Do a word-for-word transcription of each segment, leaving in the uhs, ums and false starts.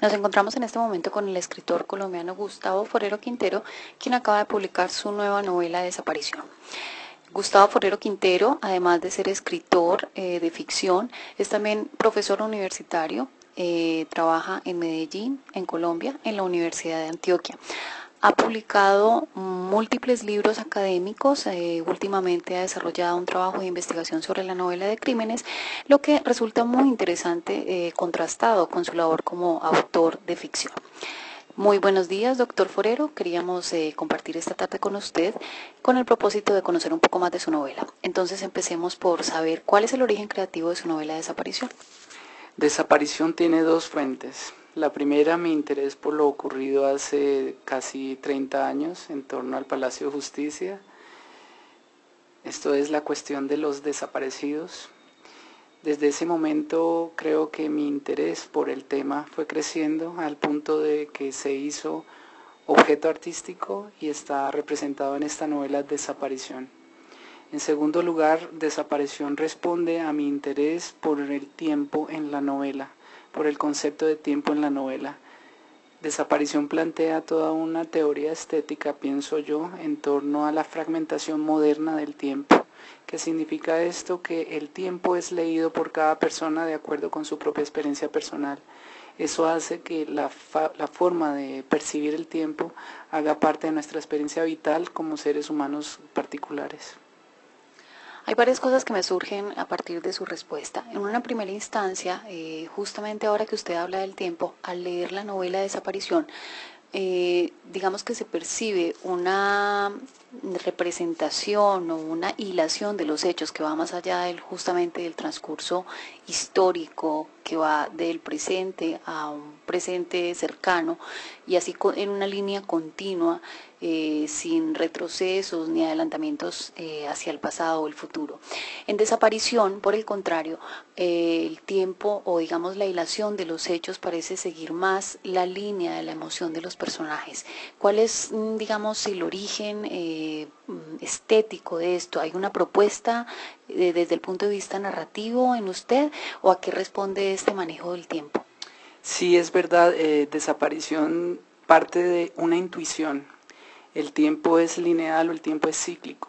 Nos encontramos en este momento con el escritor colombiano Gustavo Forero Quintero, quien acaba de publicar su nueva novela Desaparición. Gustavo Forero Quintero, además de ser escritor eh, de ficción, es también profesor universitario, eh, trabaja en Medellín, en Colombia, en la Universidad de Antioquia. Ha publicado múltiples libros académicos, eh, últimamente ha desarrollado un trabajo de investigación sobre la novela de crímenes, lo que resulta muy interesante, eh, contrastado con su labor como autor de ficción. Muy buenos días, doctor Forero. Queríamos eh, compartir esta tarde con usted con el propósito de conocer un poco más de su novela. Entonces empecemos por saber cuál es el origen creativo de su novela Desaparición. Desaparición tiene dos fuentes. La primera, mi interés por lo ocurrido hace casi treinta años en torno al Palacio de Justicia. Esto es la cuestión de los desaparecidos. Desde ese momento creo que mi interés por el tema fue creciendo al punto de que se hizo objeto artístico y está representado en esta novela Desaparición. En segundo lugar, Desaparición responde a mi interés por el tiempo en la novela, por el concepto de tiempo en la novela. Desaparición plantea toda una teoría estética, pienso yo, en torno a la fragmentación moderna del tiempo. ¿Qué significa esto? Que el tiempo es leído por cada persona de acuerdo con su propia experiencia personal. Eso hace que la, la forma de percibir el tiempo haga parte de nuestra experiencia vital como seres humanos particulares. Hay varias cosas que me surgen a partir de su respuesta. En una primera instancia, eh, justamente ahora que usted habla del tiempo, al leer la novela Desaparición, eh, digamos que se percibe una representación o una hilación de los hechos que va más allá del, justamente del transcurso histórico, que va del presente a un presente cercano y así en una línea continua, eh, sin retrocesos ni adelantamientos eh, hacia el pasado o el futuro. En Desaparición, por el contrario, eh, el tiempo o digamos la hilación de los hechos parece seguir más la línea de la emoción de los personajes. ¿Cuál es, digamos, el origen eh, estético de esto? ¿Hay una propuesta eh, desde el punto de vista narrativo en usted o a qué responde este manejo del tiempo? Sí, es verdad, eh, Desaparición parte de una intuición. El tiempo es lineal o el tiempo es cíclico.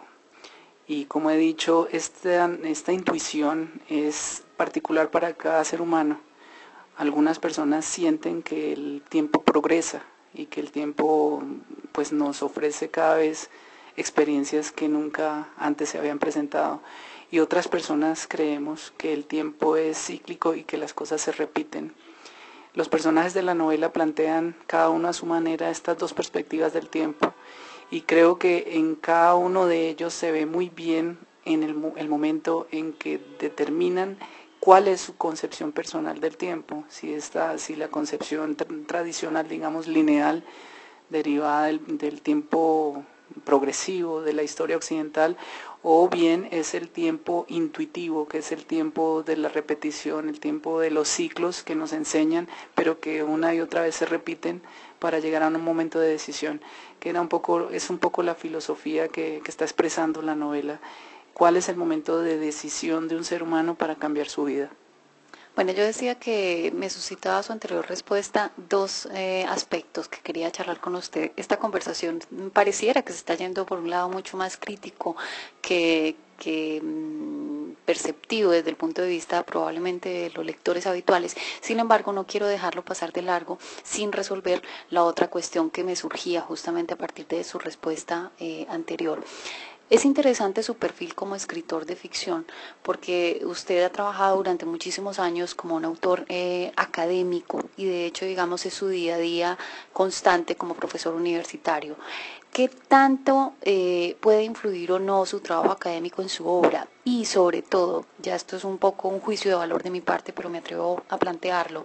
Y como he dicho, esta, esta intuición es particular para cada ser humano. Algunas personas sienten que el tiempo progresa y que el tiempo pues, nos ofrece cada vez experiencias que nunca antes se habían presentado. Y otras personas creemos que el tiempo es cíclico y que las cosas se repiten. Los personajes de la novela plantean cada uno a su manera estas dos perspectivas del tiempo y creo que en cada uno de ellos se ve muy bien en el, el momento en que determinan cuál es su concepción personal del tiempo, si, esta, si la concepción tradicional, digamos, lineal, derivada del, del tiempo progresivo de la historia occidental, o bien es el tiempo intuitivo, que es el tiempo de la repetición, el tiempo de los ciclos que nos enseñan, pero que una y otra vez se repiten para llegar a un momento de decisión, que era un poco, es un poco la filosofía que, que está expresando la novela. ¿Cuál es el momento de decisión de un ser humano para cambiar su vida? Bueno, yo decía que me suscitaba su anterior respuesta dos eh, aspectos que quería charlar con usted. Esta conversación pareciera que se está yendo por un lado mucho más crítico que, que mmm, perceptivo desde el punto de vista probablemente de los lectores habituales. Sin embargo, no quiero dejarlo pasar de largo sin resolver la otra cuestión que me surgía justamente a partir de su respuesta eh, anterior. Es interesante su perfil como escritor de ficción, porque usted ha trabajado durante muchísimos años como un autor eh, académico y de hecho, digamos, es su día a día constante como profesor universitario. ¿Qué tanto eh, puede influir o no su trabajo académico en su obra? Y sobre todo, ya esto es un poco un juicio de valor de mi parte, pero me atrevo a plantearlo.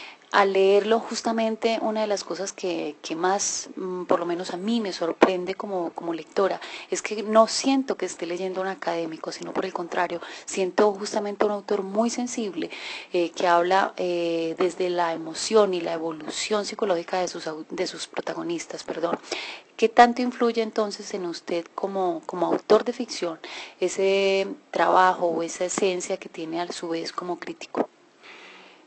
Al leerlo, justamente una de las cosas que, que más, mmm, por lo menos a mí, me sorprende como, como lectora, es que no siento que esté leyendo a un académico, sino por el contrario, siento justamente un autor muy sensible, eh, que habla eh, desde la emoción y la evolución psicológica de sus, de sus protagonistas, perdón. ¿Qué tanto influye entonces en usted como, como autor de ficción ese trabajo o esa esencia que tiene a su vez como crítico?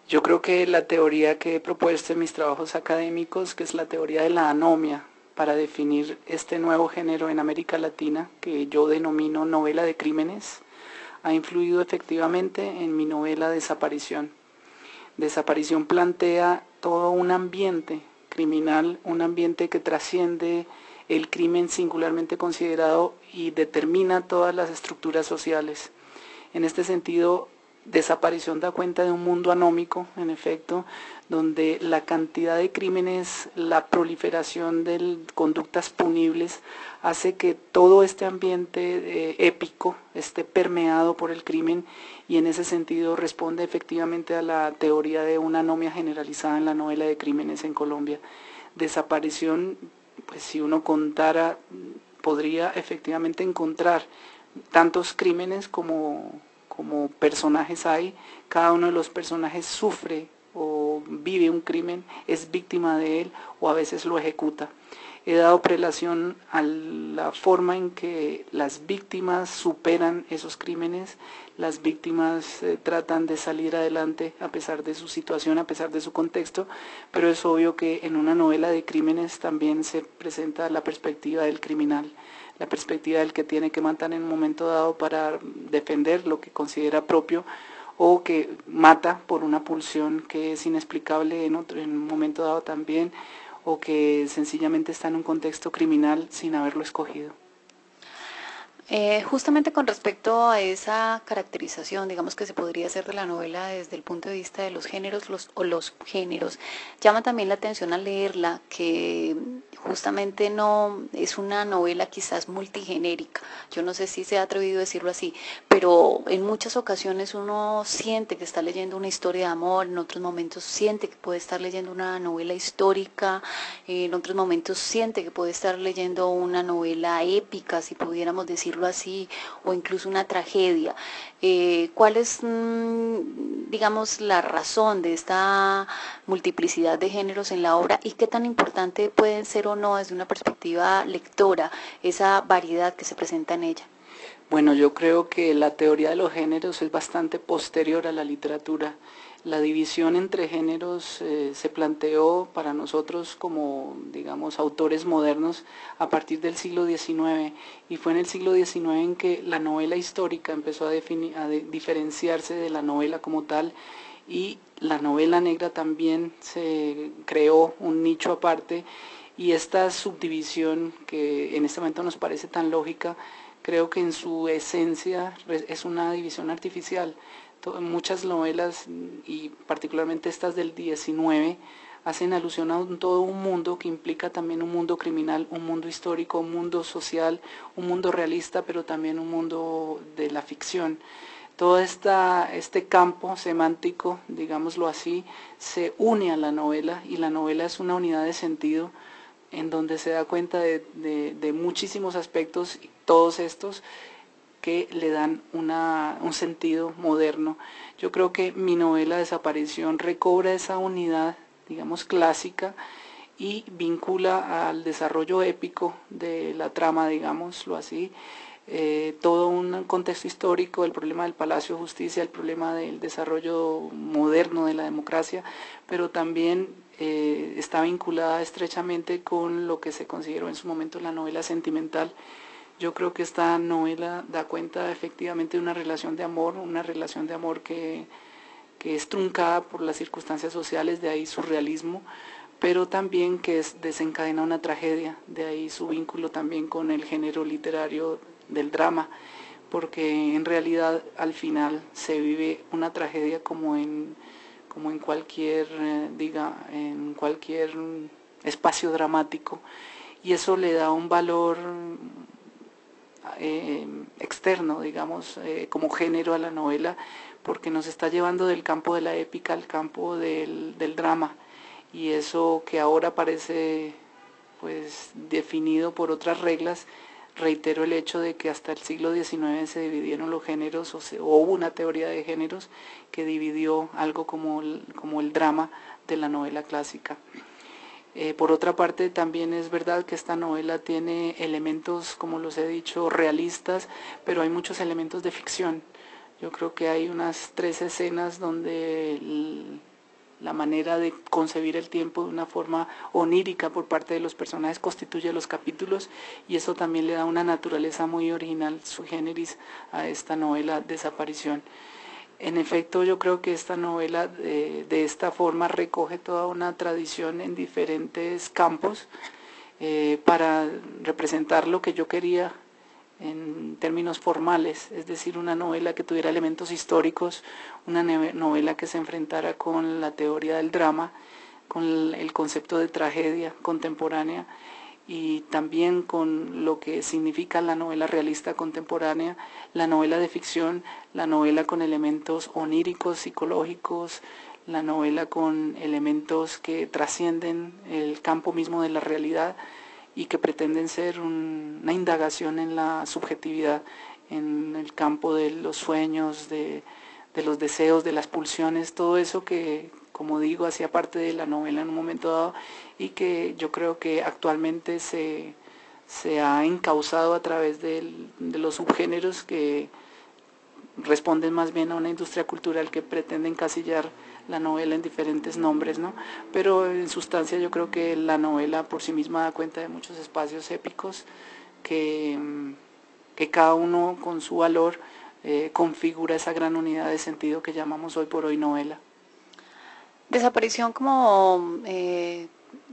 Yo creo que la teoría que he propuesto en mis trabajos académicos, que es la teoría de la anomia, para definir este nuevo género en América Latina, que yo denomino novela de crímenes, ha influido efectivamente en mi novela Desaparición. Desaparición plantea todo un ambiente criminal, un ambiente que trasciende el crimen singularmente considerado y determina todas las estructuras sociales. En este sentido, Desaparición da cuenta de un mundo anómico, en efecto, donde la cantidad de crímenes, la proliferación de conductas punibles, hace que todo este ambiente eh, épico esté permeado por el crimen, y en ese sentido responde efectivamente a la teoría de una anomia generalizada en la novela de crímenes en Colombia. Desaparición, pues si uno contara, podría efectivamente encontrar tantos crímenes como como personajes hay. Cada uno de los personajes sufre o vive un crimen, es víctima de él o a veces lo ejecuta. He dado prelación a la forma en que las víctimas superan esos crímenes, las víctimas eh, tratan de salir adelante a pesar de su situación, a pesar de su contexto, pero es obvio que en una novela de crímenes también se presenta la perspectiva del criminal, la perspectiva del que tiene que matar en un momento dado para defender lo que considera propio, o que mata por una pulsión que es inexplicable en, otro, en un momento dado también, o que sencillamente está en un contexto criminal sin haberlo escogido. Eh, justamente con respecto a esa caracterización, digamos que se podría hacer de la novela desde el punto de vista de los géneros los, o los géneros, llama también la atención al leerla que justamente no es una novela quizás multigenérica. Yo no sé si se ha atrevido a decirlo así, pero en muchas ocasiones uno siente que está leyendo una historia de amor, en otros momentos siente que puede estar leyendo una novela histórica, en otros momentos siente que puede estar leyendo una novela épica, si pudiéramos decirlo así, o incluso una tragedia. Eh, ¿Cuál es, mmm, digamos, la razón de esta multiplicidad de géneros en la obra y qué tan importante pueden ser o no desde una perspectiva lectora esa variedad que se presenta en ella? Bueno, yo creo que la teoría de los géneros es bastante posterior a la literatura. La división entre géneros eh, se planteó para nosotros como, digamos, autores modernos a partir del siglo diecinueve, y fue en el siglo diecinueve en que la novela histórica empezó a, definir, a de, diferenciarse de la novela como tal, y la novela negra también se creó un nicho aparte, y esta subdivisión que en este momento nos parece tan lógica, creo que en su esencia es una división artificial. Muchas novelas, y particularmente estas del diecinueve, hacen alusión a un, todo un mundo que implica también un mundo criminal, un mundo histórico, un mundo social, un mundo realista, pero también un mundo de la ficción. Todo esta, este campo semántico, digámoslo así, se une a la novela, y la novela es una unidad de sentido en donde se da cuenta de, de, de muchísimos aspectos, todos estos que le dan una, un sentido moderno. Yo creo que mi novela Desaparición recobra esa unidad, digamos, clásica, y vincula al desarrollo épico de la trama, digámoslo así, eh, todo un contexto histórico, el problema del Palacio de Justicia, el problema del desarrollo moderno de la democracia, pero también eh, está vinculada estrechamente con lo que se consideró en su momento la novela sentimental. Yo creo que esta novela da cuenta efectivamente de una relación de amor, una relación de amor que, que es truncada por las circunstancias sociales, de ahí su realismo, pero también que es, desencadena una tragedia, de ahí su vínculo también con el género literario del drama, porque en realidad al final se vive una tragedia como en, como en cualquier, eh, diga, en cualquier espacio dramático, y eso le da un valor Eh, externo, digamos, eh, como género a la novela, porque nos está llevando del campo de la épica al campo del, del drama, y eso que ahora parece pues definido por otras reglas. Reitero el hecho de que hasta el siglo diecinueve se dividieron los géneros, o, se, o hubo una teoría de géneros que dividió algo como el, como el drama de la novela clásica. Eh, por otra parte, también es verdad que esta novela tiene elementos, como los he dicho, realistas, pero hay muchos elementos de ficción. Yo creo que hay unas tres escenas donde el, la manera de concebir el tiempo de una forma onírica por parte de los personajes constituye los capítulos, y eso también le da una naturaleza muy original, sui generis, a esta novela Desaparición. En efecto, yo creo que esta novela de, de esta forma recoge toda una tradición en diferentes campos eh, para representar lo que yo quería en términos formales, es decir, una novela que tuviera elementos históricos, una novela que se enfrentara con la teoría del drama, con el concepto de tragedia contemporánea, y también con lo que significa la novela realista contemporánea, la novela de ficción, la novela con elementos oníricos, psicológicos, la novela con elementos que trascienden el campo mismo de la realidad y que pretenden ser un, una indagación en la subjetividad, en el campo de los sueños, de, de los deseos, de las pulsiones, todo eso que, como digo, hacía parte de la novela en un momento dado y que yo creo que actualmente se, se ha encauzado a través del, de los subgéneros que responden más bien a una industria cultural que pretende encasillar la novela en diferentes nombres, ¿no? Pero en sustancia yo creo que la novela por sí misma da cuenta de muchos espacios épicos que, que cada uno con su valor eh, configura esa gran unidad de sentido que llamamos hoy por hoy novela. Desaparición como eh,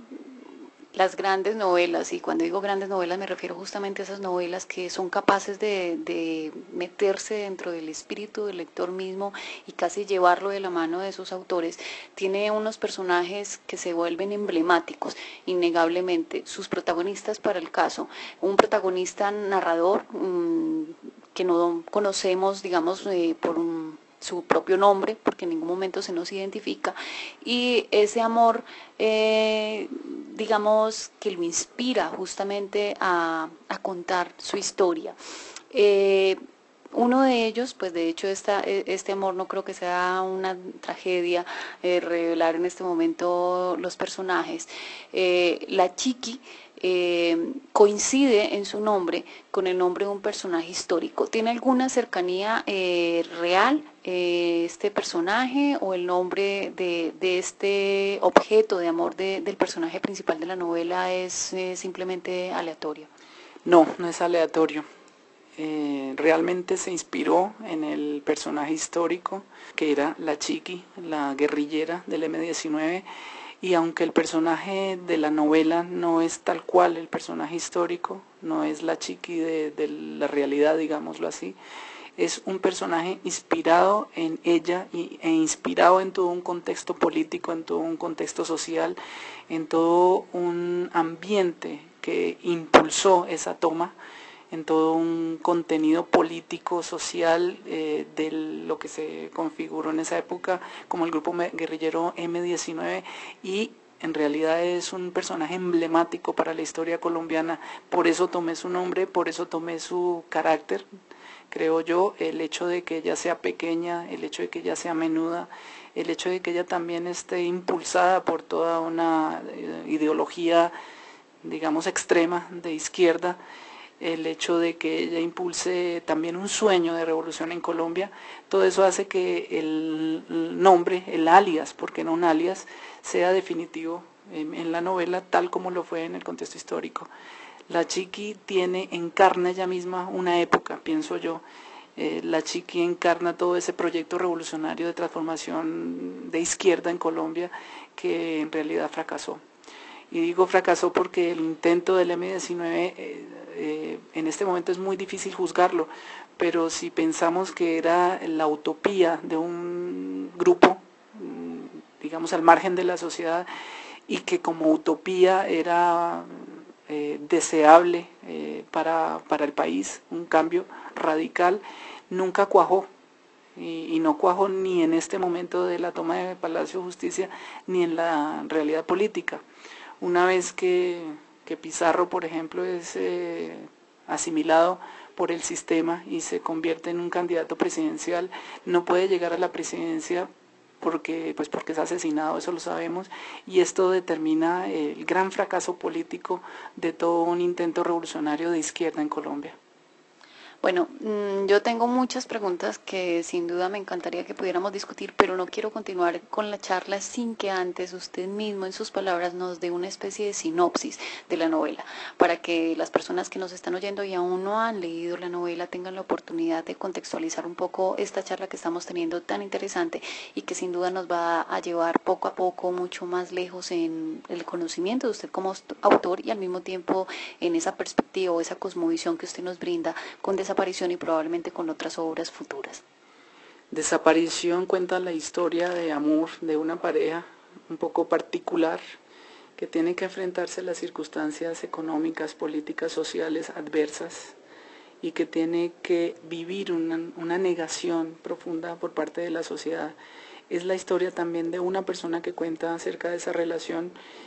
las grandes novelas, y cuando digo grandes novelas me refiero justamente a esas novelas que son capaces de, de meterse dentro del espíritu del lector mismo y casi llevarlo de la mano de sus autores. Tiene unos personajes que se vuelven emblemáticos, innegablemente. Sus protagonistas para el caso, un protagonista narrador mmm, que no conocemos, digamos, eh, por un su propio nombre, porque en ningún momento se nos identifica, y ese amor, eh, digamos, que lo inspira justamente a, a contar su historia. Eh, uno de ellos, pues de hecho esta, este amor no creo que sea una tragedia eh, revelar en este momento los personajes. Eh, la Chiqui eh, coincide en su nombre con el nombre de un personaje histórico. ¿Tiene alguna cercanía eh, real eh, este personaje o el nombre de, de este objeto de amor de, del personaje principal de la novela es eh, simplemente aleatorio? No, no es aleatorio. Eh, realmente se inspiró en el personaje histórico que era la Chiqui, la guerrillera del eme diecinueve, y aunque el personaje de la novela no es tal cual el personaje histórico, no es la Chiqui de, de la realidad, digámoslo así, es un personaje inspirado en ella y, e inspirado en todo un contexto político, en todo un contexto social, en todo un ambiente que impulsó esa toma, en todo un contenido político, social, eh, de lo que se configuró en esa época como el grupo guerrillero eme diecinueve, y en realidad es un personaje emblemático para la historia colombiana. Por eso tomé su nombre, por eso tomé su carácter, creo yo, el hecho de que ella sea pequeña, el hecho de que ella sea menuda, el hecho de que ella también esté impulsada por toda una ideología, digamos, extrema de izquierda, el hecho de que ella impulse también un sueño de revolución en Colombia, todo eso hace que el nombre, el alias, porque no un alias, sea definitivo en la novela tal como lo fue en el contexto histórico. La Chiqui tiene, encarna ella misma una época, pienso yo. Eh, la Chiqui encarna todo ese proyecto revolucionario de transformación de izquierda en Colombia que en realidad fracasó. Y digo fracasó porque el intento del eme diecinueve eh, eh, en este momento es muy difícil juzgarlo, pero si pensamos que era la utopía de un grupo, digamos al margen de la sociedad, y que como utopía era eh, deseable eh, para, para el país, un cambio radical, nunca cuajó. Y, y no cuajó ni en este momento de la toma de Palacio de Justicia, ni en la realidad política. Una vez que, que Pizarro, por ejemplo, es eh, asimilado por el sistema y se convierte en un candidato presidencial, no puede llegar a la presidencia porque, pues porque es asesinado, eso lo sabemos, y esto determina el gran fracaso político de todo un intento revolucionario de izquierda en Colombia. Bueno, mm, yo tengo muchas preguntas que sin duda me encantaría que pudiéramos discutir, pero no quiero continuar con la charla sin que antes usted mismo en sus palabras nos dé una especie de sinopsis de la novela, para que las personas que nos están oyendo y aún no han leído la novela tengan la oportunidad de contextualizar un poco esta charla que estamos teniendo tan interesante y que sin duda nos va a llevar poco a poco mucho más lejos en el conocimiento de usted como autor y al mismo tiempo en esa perspectiva o esa cosmovisión que usted nos brinda con Desaparición y probablemente con otras obras futuras. Desaparición cuenta la historia de amor de una pareja un poco particular que tiene que enfrentarse a las circunstancias económicas, políticas, sociales adversas y que tiene que vivir una, una negación profunda por parte de la sociedad. Es la historia también de una persona que cuenta acerca de esa relación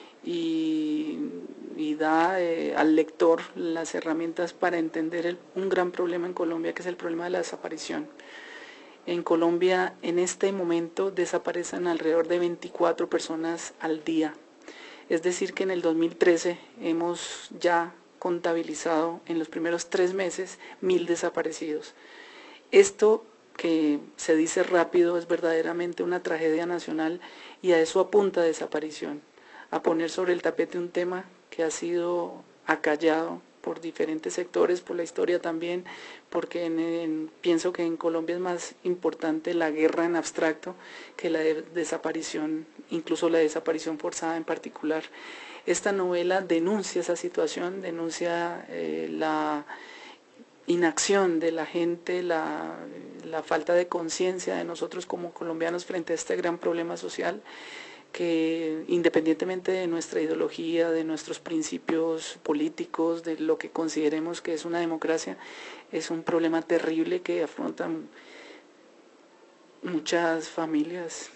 y, y da eh, al lector las herramientas para entender el, un gran problema en Colombia, que es el problema de la desaparición. En Colombia en este momento desaparecen alrededor de veinticuatro personas al día. Es decir que en el dos mil trece hemos ya contabilizado en los primeros tres meses mil desaparecidos. Esto que se dice rápido es verdaderamente una tragedia nacional y a eso apunta Desaparición, a poner sobre el tapete un tema que ha sido acallado por diferentes sectores, por la historia también, porque en, en, pienso que en Colombia es más importante la guerra en abstracto que la de desaparición, incluso la desaparición forzada en particular. Esta novela denuncia esa situación, denuncia eh, la inacción de la gente, la, la falta de conciencia de nosotros como colombianos frente a este gran problema social, que independientemente de nuestra ideología, de nuestros principios políticos, de lo que consideremos que es una democracia, es un problema terrible que afrontan muchas familias.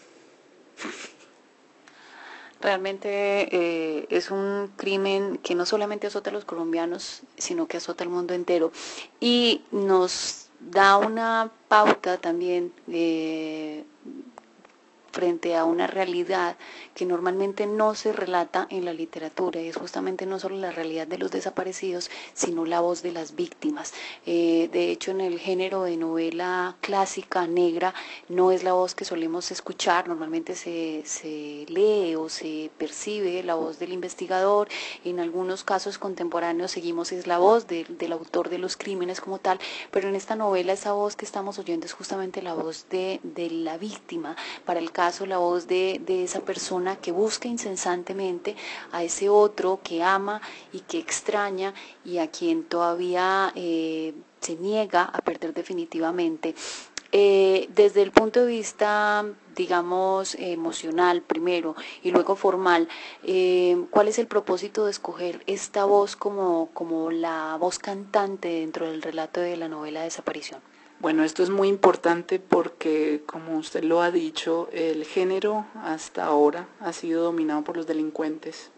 Realmente eh, es un crimen que no solamente azota a los colombianos, sino que azota al mundo entero y nos da una pauta también eh, frente a una realidad que normalmente no se relata en la literatura, y es justamente no solo la realidad de los desaparecidos, sino la voz de las víctimas. Eh, de hecho, en el género de novela clásica negra, no es la voz que solemos escuchar, normalmente se, se lee o se percibe la voz del investigador, en algunos casos contemporáneos seguimos es la voz de, del autor de los crímenes como tal, pero en esta novela esa voz que estamos oyendo es justamente la voz de, de la víctima, para el caso la voz de, de esa persona que busca incesantemente a ese otro que ama y que extraña y a quien todavía eh, se niega a perder definitivamente. Eh, desde el punto de vista, digamos, emocional primero y luego formal, eh, ¿cuál es el propósito de escoger esta voz como, como la voz cantante dentro del relato de la novela Desaparición? Bueno, esto es muy importante porque, como usted lo ha dicho, el género hasta ahora ha sido dominado por los delincuentes.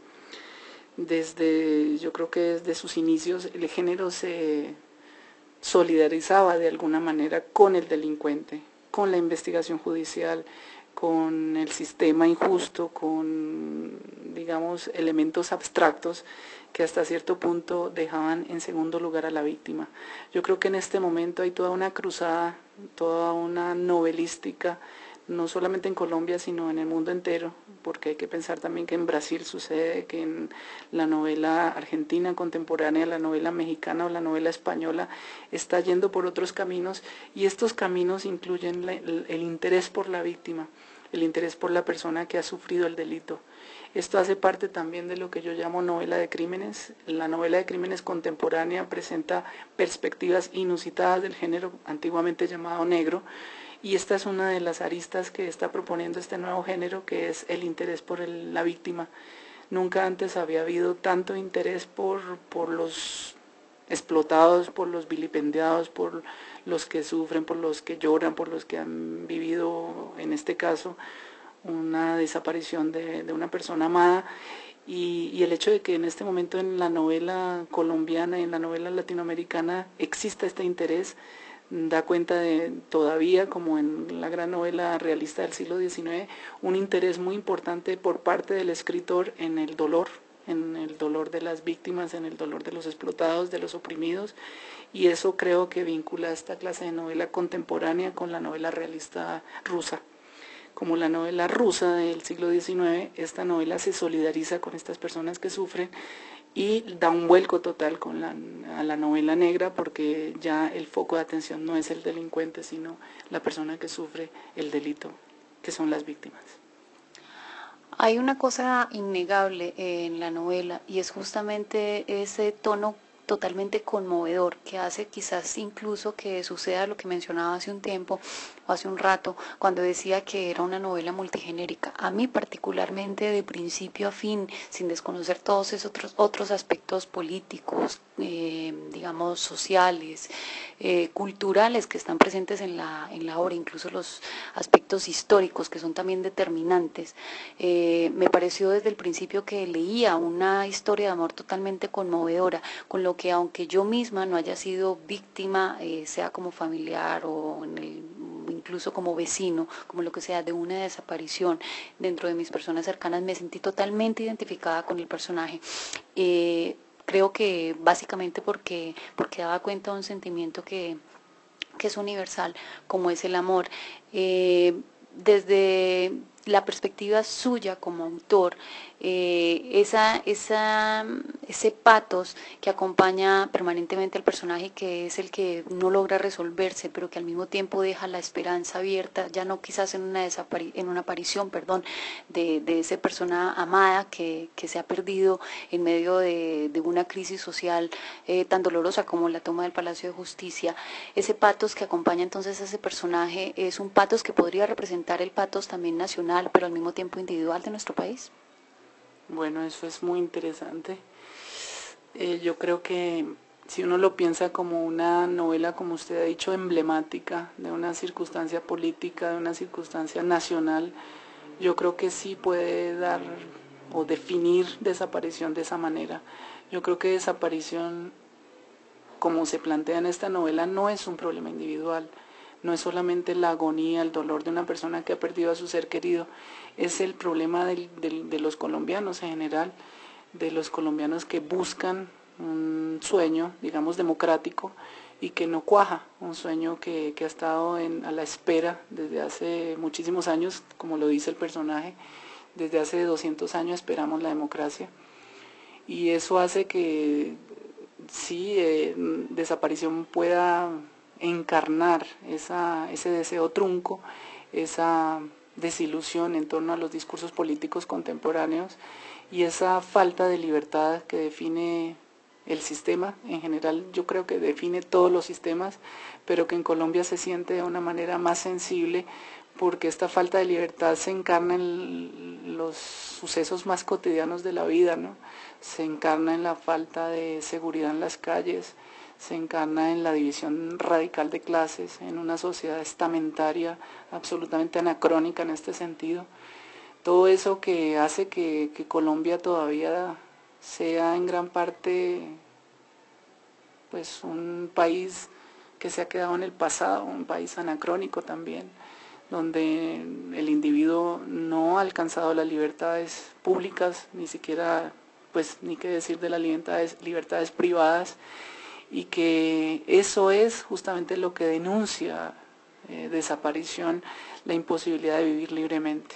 Desde, yo creo que desde sus inicios, el género se solidarizaba de alguna manera con el delincuente, con la investigación judicial, con el sistema injusto, con, digamos, elementos abstractos que hasta cierto punto dejaban en segundo lugar a la víctima. Yo creo que en este momento hay toda una cruzada, toda una novelística, no solamente en Colombia, sino en el mundo entero, porque hay que pensar también que en Brasil sucede, que en la novela argentina contemporánea, la novela mexicana o la novela española está yendo por otros caminos, y estos caminos incluyen la, el, el interés por la víctima, el interés por la persona que ha sufrido el delito. Esto hace parte también de lo que yo llamo novela de crímenes. La novela de crímenes contemporánea presenta perspectivas inusitadas del género antiguamente llamado negro, y esta es una de las aristas que está proponiendo este nuevo género, que es el interés por el, la víctima. Nunca antes había habido tanto interés por, por los explotados, por los vilipendiados, por los que sufren, por los que lloran, por los que han vivido, en este caso, una desaparición de, de una persona amada. Y, y el hecho de que en este momento en la novela colombiana y en la novela latinoamericana exista este interés, da cuenta de todavía, como en la gran novela realista del siglo diecinueve, un interés muy importante por parte del escritor en el dolor, en el dolor de las víctimas, en el dolor de los explotados, de los oprimidos, y eso creo que vincula esta clase de novela contemporánea con la novela realista rusa. Como la novela rusa del siglo diecinueve, esta novela se solidariza con estas personas que sufren y da un vuelco total con la, a la novela negra, porque ya el foco de atención no es el delincuente, sino la persona que sufre el delito, que son las víctimas. Hay una cosa innegable en la novela y es justamente ese tono totalmente conmovedor que hace quizás incluso que suceda lo que mencionaba hace un tiempo o hace un rato cuando decía que era una novela multigenérica. A mí particularmente de principio a fin, sin desconocer todos esos otros, otros aspectos políticos, eh, digamos sociales, eh, culturales que están presentes en la, en la obra, incluso los aspectos históricos que son también determinantes, eh, me pareció desde el principio que leía una historia de amor totalmente conmovedora, con lo que aunque yo misma no haya sido víctima, eh, sea como familiar o en el, incluso como vecino, como lo que sea, de una desaparición dentro de mis personas cercanas, me sentí totalmente identificada con el personaje. Eh, creo que básicamente porque, porque daba cuenta de un sentimiento que, que es universal, como es el amor. Eh, desde la perspectiva suya como autor, eh, esa, esa, ese patos que acompaña permanentemente al personaje, que es el que no logra resolverse, pero que al mismo tiempo deja la esperanza abierta, ya no quizás en una, en una aparición perdón, de, de esa persona amada que, que se ha perdido en medio de, de una crisis social eh, tan dolorosa como la toma del Palacio de Justicia. Ese patos que acompaña entonces a ese personaje es un patos que podría representar el patos también nacional, pero al mismo tiempo individual de nuestro país. Bueno, eso es muy interesante. Eh, yo creo que si uno lo piensa como una novela, como usted ha dicho, emblemática de una circunstancia política, de una circunstancia nacional, yo creo que sí puede dar o definir desaparición de esa manera. Yo creo que desaparición, como se plantea en esta novela, no es un problema individual, no es solamente la agonía, el dolor de una persona que ha perdido a su ser querido, es el problema del, del, de los colombianos en general, de los colombianos que buscan un sueño, digamos, democrático y que no cuaja, un sueño que, que ha estado en, a la espera desde hace muchísimos años, como lo dice el personaje, desde hace doscientos años esperamos la democracia, y eso hace que sí, eh, desaparición pueda encarnar esa, ese deseo trunco, esa desilusión en torno a los discursos políticos contemporáneos y esa falta de libertad que define el sistema en general. Yo creo que define todos los sistemas, pero que en Colombia se siente de una manera más sensible porque esta falta de libertad se encarna en los sucesos más cotidianos de la vida, ¿no? Se encarna en la falta de seguridad en las calles, se encarna en la división radical de clases, en una sociedad estamentaria absolutamente anacrónica en este sentido. Todo eso que hace que, que Colombia todavía sea en gran parte pues un país que se ha quedado en el pasado, un país anacrónico también, donde el individuo no ha alcanzado las libertades públicas, ni siquiera, pues ni qué decir de las libertades, libertades privadas, y que eso es justamente lo que denuncia eh, desaparición, la imposibilidad de vivir libremente.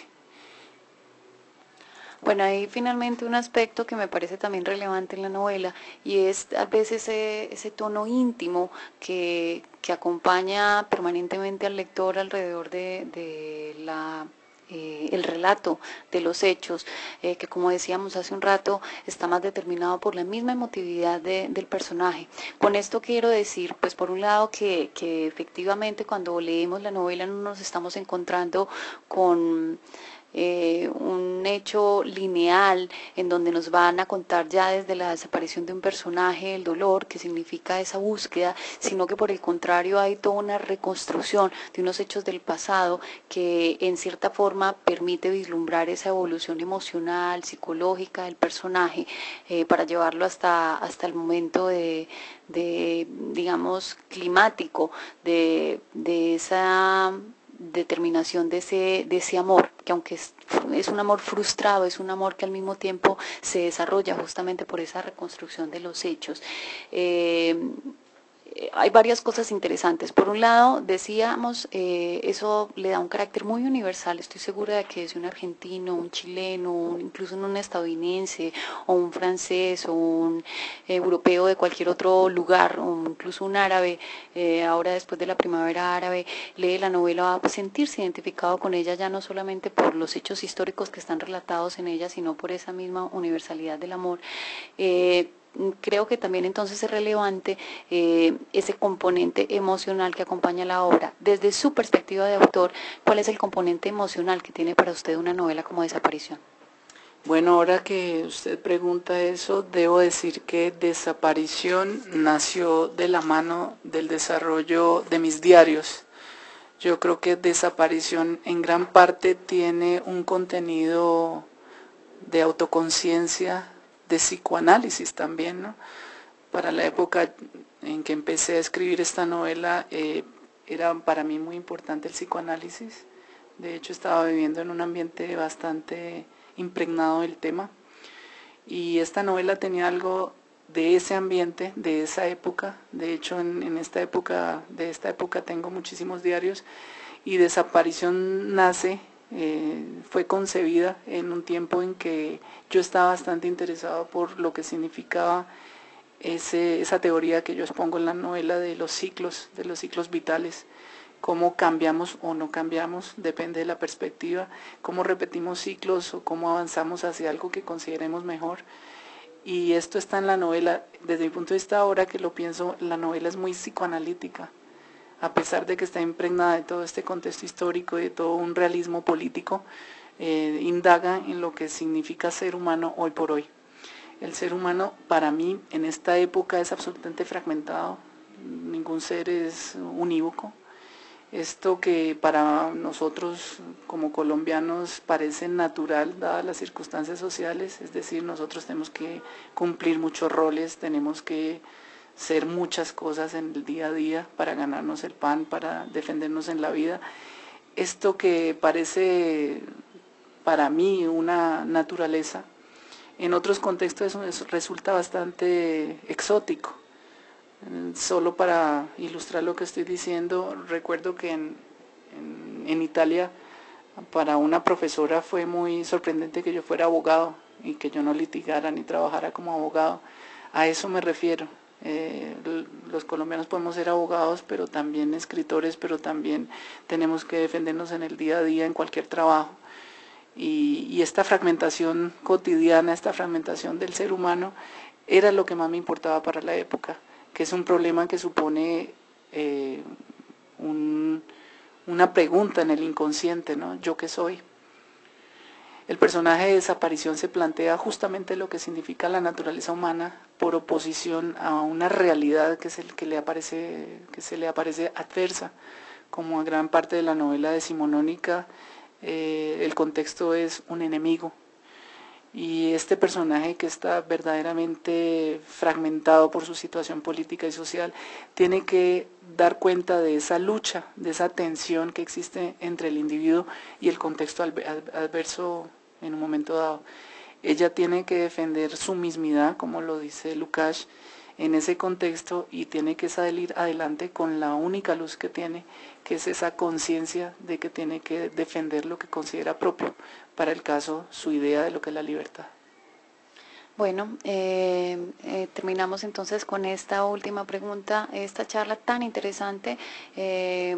Bueno, hay finalmente un aspecto que me parece también relevante en la novela y es tal vez ese, ese tono íntimo que, que acompaña permanentemente al lector alrededor de, de la Eh, el relato de los hechos, eh, que como decíamos hace un rato, está más determinado por la misma emotividad de, del personaje. Con esto quiero decir, pues por un lado, que, que efectivamente cuando leemos la novela no nos estamos encontrando con Eh, un hecho lineal en donde nos van a contar ya desde la desaparición de un personaje el dolor que significa esa búsqueda, sino que por el contrario hay toda una reconstrucción de unos hechos del pasado que en cierta forma permite vislumbrar esa evolución emocional, psicológica del personaje, eh, para llevarlo hasta, hasta el momento de, de digamos, climático de, de esa determinación de ese, de ese amor, que aunque es, es un amor frustrado, es un amor que al mismo tiempo se desarrolla justamente por esa reconstrucción de los hechos. Eh, hay varias cosas interesantes. Por un lado, decíamos, eh, eso le da un carácter muy universal. Estoy segura de que si un argentino, un chileno, un, incluso un estadounidense, o un francés, o un eh, europeo de cualquier otro lugar, o incluso un árabe, eh, ahora después de la primavera árabe, lee la novela, va a sentirse identificado con ella, ya no solamente por los hechos históricos que están relatados en ella, sino por esa misma universalidad del amor. Eh, Creo que también entonces es relevante eh, ese componente emocional que acompaña la obra. Desde su perspectiva de autor, ¿cuál es el componente emocional que tiene para usted una novela como Desaparición? Bueno, ahora que usted pregunta eso, debo decir que Desaparición nació de la mano del desarrollo de mis diarios. Yo creo que Desaparición en gran parte tiene un contenido de autoconciencia, de psicoanálisis también, ¿no? Para la época en que empecé a escribir esta novela, eh, era para mí muy importante el psicoanálisis. De hecho, estaba viviendo en un ambiente bastante impregnado del tema. Y esta novela tenía algo de ese ambiente, de esa época. De hecho, en, en esta época, de esta época tengo muchísimos diarios. Y Desaparición nace, eh, fue concebida en un tiempo en que yo estaba bastante interesado por lo que significaba ese, esa teoría que yo expongo en la novela de los ciclos, de los ciclos vitales, cómo cambiamos o no cambiamos, depende de la perspectiva, cómo repetimos ciclos o cómo avanzamos hacia algo que consideremos mejor. Y esto está en la novela. Desde mi punto de vista, ahora que lo pienso, la novela es muy psicoanalítica, a pesar de que está impregnada de todo este contexto histórico y de todo un realismo político, eh, indaga en lo que significa ser humano hoy por hoy. El ser humano, para mí, en esta época es absolutamente fragmentado, ningún ser es unívoco. Esto que para nosotros como colombianos parece natural, dadas las circunstancias sociales, es decir, nosotros tenemos que cumplir muchos roles, tenemos que ser muchas cosas en el día a día para ganarnos el pan, para defendernos en la vida. Esto que parece para mí una naturaleza, en otros contextos eso resulta bastante exótico. Solo para ilustrar lo que estoy diciendo, recuerdo que en, en, en Italia para una profesora fue muy sorprendente que yo fuera abogado y que yo no litigara ni trabajara como abogado. A eso me refiero. Eh, los colombianos podemos ser abogados, pero también escritores, pero también tenemos que defendernos en el día a día, en cualquier trabajo. Y, y esta fragmentación cotidiana, esta fragmentación del ser humano, era lo que más me importaba para la época, que es un problema que supone eh, un, una pregunta en el inconsciente, ¿no? ¿Yo qué soy? El personaje de Desaparición se plantea justamente lo que significa la naturaleza humana por oposición a una realidad que, es el que, le aparece, que se le aparece adversa, como a gran parte de la novela decimonónica, eh, el contexto es un enemigo. Y este personaje que está verdaderamente fragmentado por su situación política y social, tiene que dar cuenta de esa lucha, de esa tensión que existe entre el individuo y el contexto adverso en un momento dado. Ella tiene que defender su mismidad, como lo dice Lukács, en ese contexto, y tiene que salir adelante con la única luz que tiene, que es esa conciencia de que tiene que defender lo que considera propio, para el caso, su idea de lo que es la libertad. Bueno, eh, eh, terminamos entonces con esta última pregunta, esta charla tan interesante. Eh,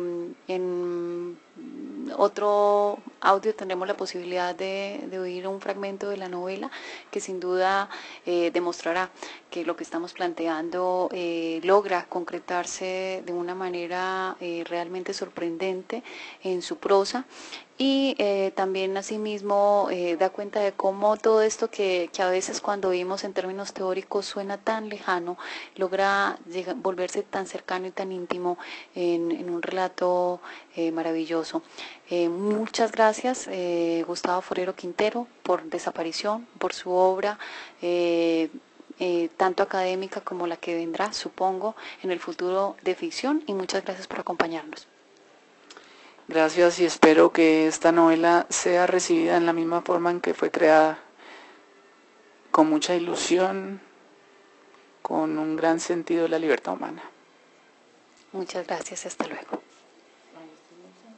en otro audio tendremos la posibilidad de, de oír un fragmento de la novela que sin duda eh, demostrará que lo que estamos planteando eh, logra concretarse de una manera eh, realmente sorprendente en su prosa. Y eh, también asimismo eh, da cuenta de cómo todo esto que, que a veces cuando vimos en términos teóricos suena tan lejano, logra llegar, volverse tan cercano y tan íntimo en, en un relato eh, maravilloso. Eh, muchas gracias eh, Gustavo Forero Quintero por Desaparición, por su obra. Eh, Eh, tanto académica como la que vendrá, supongo, en el futuro de ficción, y muchas gracias por acompañarnos. Gracias y espero que esta novela sea recibida en la misma forma en que fue creada, con mucha ilusión, con un gran sentido de la libertad humana. Muchas gracias, hasta luego.